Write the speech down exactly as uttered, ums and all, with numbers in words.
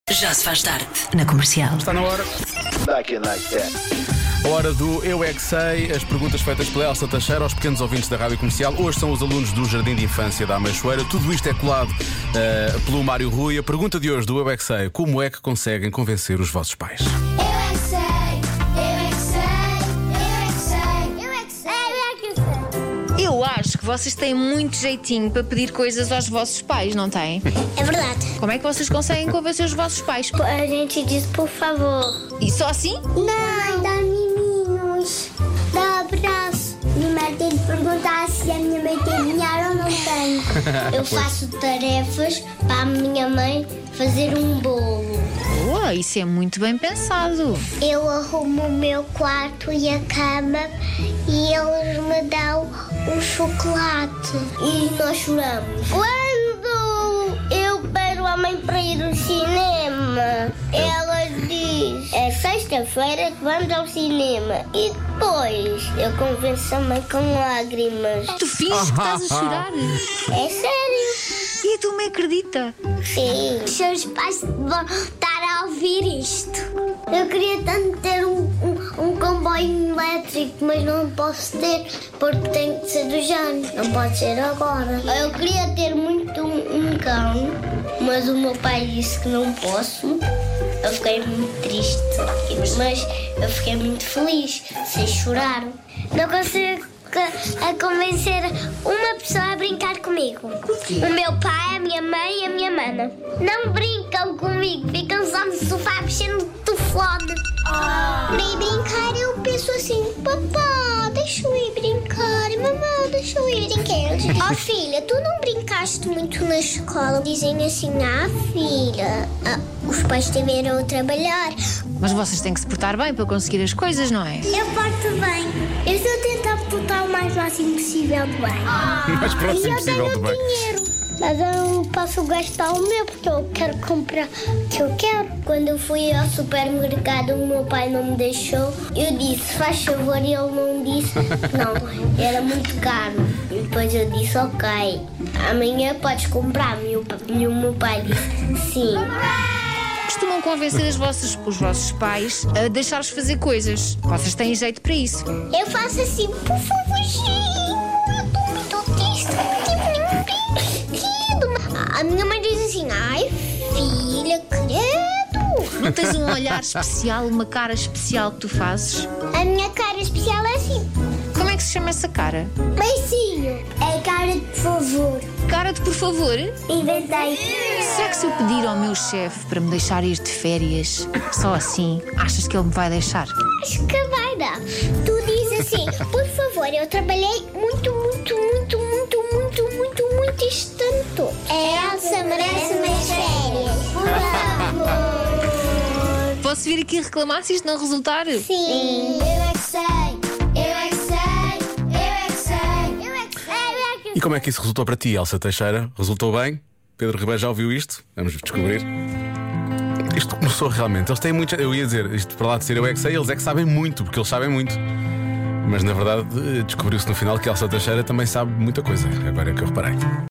Já se faz tarde na Comercial. Está na hora. Back in like that. A hora do Eu É Que Sei, as perguntas feitas pela Elsa Teixeira aos pequenos ouvintes da Rádio Comercial. Hoje são os alunos do Jardim de Infância da Ameixoeira. Tudo isto é colado uh, pelo Mário Rui. A pergunta de hoje do Eu É Que Sei: como é que conseguem convencer os vossos pais? Eu é que sei, eu é que sei, eu é que sei, eu é que sei, eu é que sei. Eu acho que vocês têm muito jeitinho para pedir coisas aos vossos pais, não têm? É verdade. Como é que vocês conseguem convencer os vossos pais? A gente diz por favor. E só assim? Não, dá miminhos, dá abraço. Minha mãe tem de perguntar se a minha mãe tem dinheiro ou não tem. Eu faço tarefas para a minha mãe fazer um bolo. Boa, isso é muito bem pensado. Eu arrumo o meu quarto e a cama e eles me dão um chocolate. E nós choramos. Quando eu pego a mãe para ir ao cinema, ela diz: é sexta-feira que vamos ao cinema. E depois eu convenço a mãe com lágrimas. Tu finges que estás a chorar. É sério? E tu me acredita? Sim. Os seus pais vão estar a ouvir isto. Eu queria tanto ter um, um, um comboio elétrico, mas não posso ter porque tem que ser do Jano. Não pode ser agora. Eu queria ter muito um, um cão, mas o meu pai disse que não posso. Eu fiquei muito triste, mas eu fiquei muito feliz, sem chorar. Não consigo a convencer uma pessoa a brincar comigo. O meu pai, a minha mãe e a minha mana. Não brincam comigo, ficam só no sofá mexendo no telefone. Para ir brincar eu penso assim: papá, deixa eu ir brincar, mamãe, deixa eu ir brincar. Oh filha, tu não brincaste muito na escola? Dizem assim: ah filha, ah, os pais tiveram a trabalhar. Mas vocês têm que se portar bem para conseguir as coisas, não é? Eu porto bem. Eu estou a tentar portar o mais próximo possível do bem. Mais próximo E eu possível tenho do bem. dinheiro, mas eu não posso gastar o meu porque eu quero comprar o que eu quero. Quando eu fui ao supermercado, o meu pai não me deixou. Eu disse: faz favor, e ele não disse. Não, era muito caro. E depois eu disse: ok, amanhã podes comprar. E o, e o meu pai disse: sim. Costumam convencer as vossas, os vossos pais a deixar-vos fazer coisas. Vocês têm jeito para isso. Eu faço assim: por favorzinho, eu estou muito triste, não tive nenhum brinquedo. A minha mãe diz assim: ai filha, credo. Não tens um olhar especial, uma cara especial que tu fazes? A minha cara especial é assim: Como é que se chama essa cara? beicinho. É cara de por favor. Cara de por favor? Inventei. Será que se eu pedir ao meu chefe para me deixar ir de férias, só assim, achas que ele me vai deixar? Acho que vai dar. Tu dizes assim: por favor, eu trabalhei muito, muito, muito, muito, muito, muito, muito este ano todo. A Elsa merece umas férias. Por favor. Posso vir aqui reclamar se isto não resultar? Sim. Eu é que sei. Eu é que sei. Eu é que sei. Eu é que sei. Eu é que sei. E como é que isso resultou para ti, Elsa Teixeira? Resultou bem? Pedro Ribeiro já ouviu isto? Vamos descobrir. Isto começou realmente. Eles têm muito. Eu ia dizer, isto para lá de ser Eu É Que Sei, eles é que sabem muito, porque eles sabem muito. Mas na verdade descobriu-se no final que Elsa Teixeira também sabe muita coisa. Agora é que eu reparei.